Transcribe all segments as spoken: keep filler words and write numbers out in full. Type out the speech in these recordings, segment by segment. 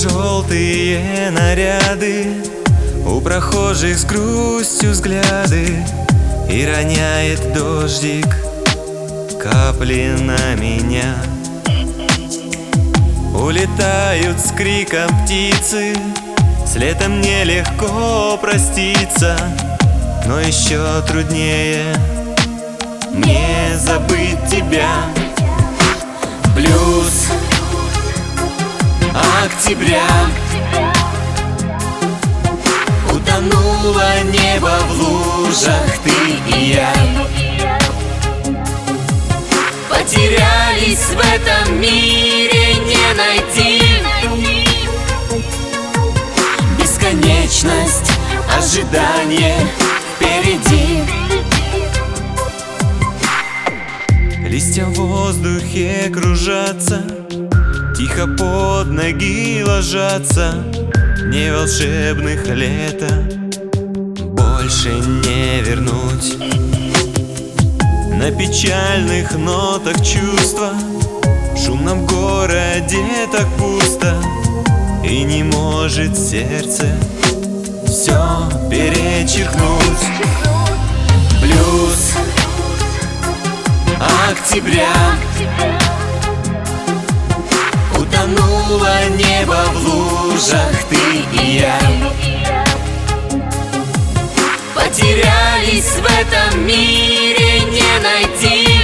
желтые наряды, у прохожих с грустью взгляды, и роняет дождик капли на меня. Улетают с криком птицы, с летом нелегко проститься, но еще труднее не забыть тебя. Блюз октября, утонуло небо в лужах, ты и я. Потерялись в этом мире, не найти. Бесконечность, ожидание впереди. Листья в воздухе кружатся, тихо под ноги ложатся. Дней волшебных лета больше не вернуть. На печальных нотах чувства, в шумном городе так пусто, и не может сердце все перечеркнуть. Блюз октября, утонуло небо в лужах, ты и я. Потерялись в этом мире, не найти.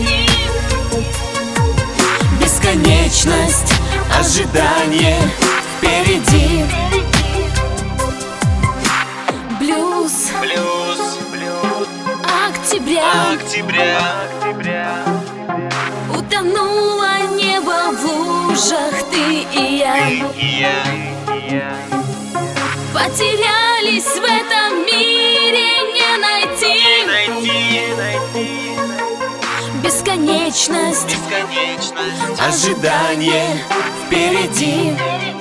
Бесконечность, ожидание впереди. Блюз, Блюз, блюз октября, октября, октября. утонуло небо в лужах, ты и я. Ты и я, и я. Потерялись в этом мире, не найти. Найти, найти. Бесконечность, Бесконечность, ожидание впереди.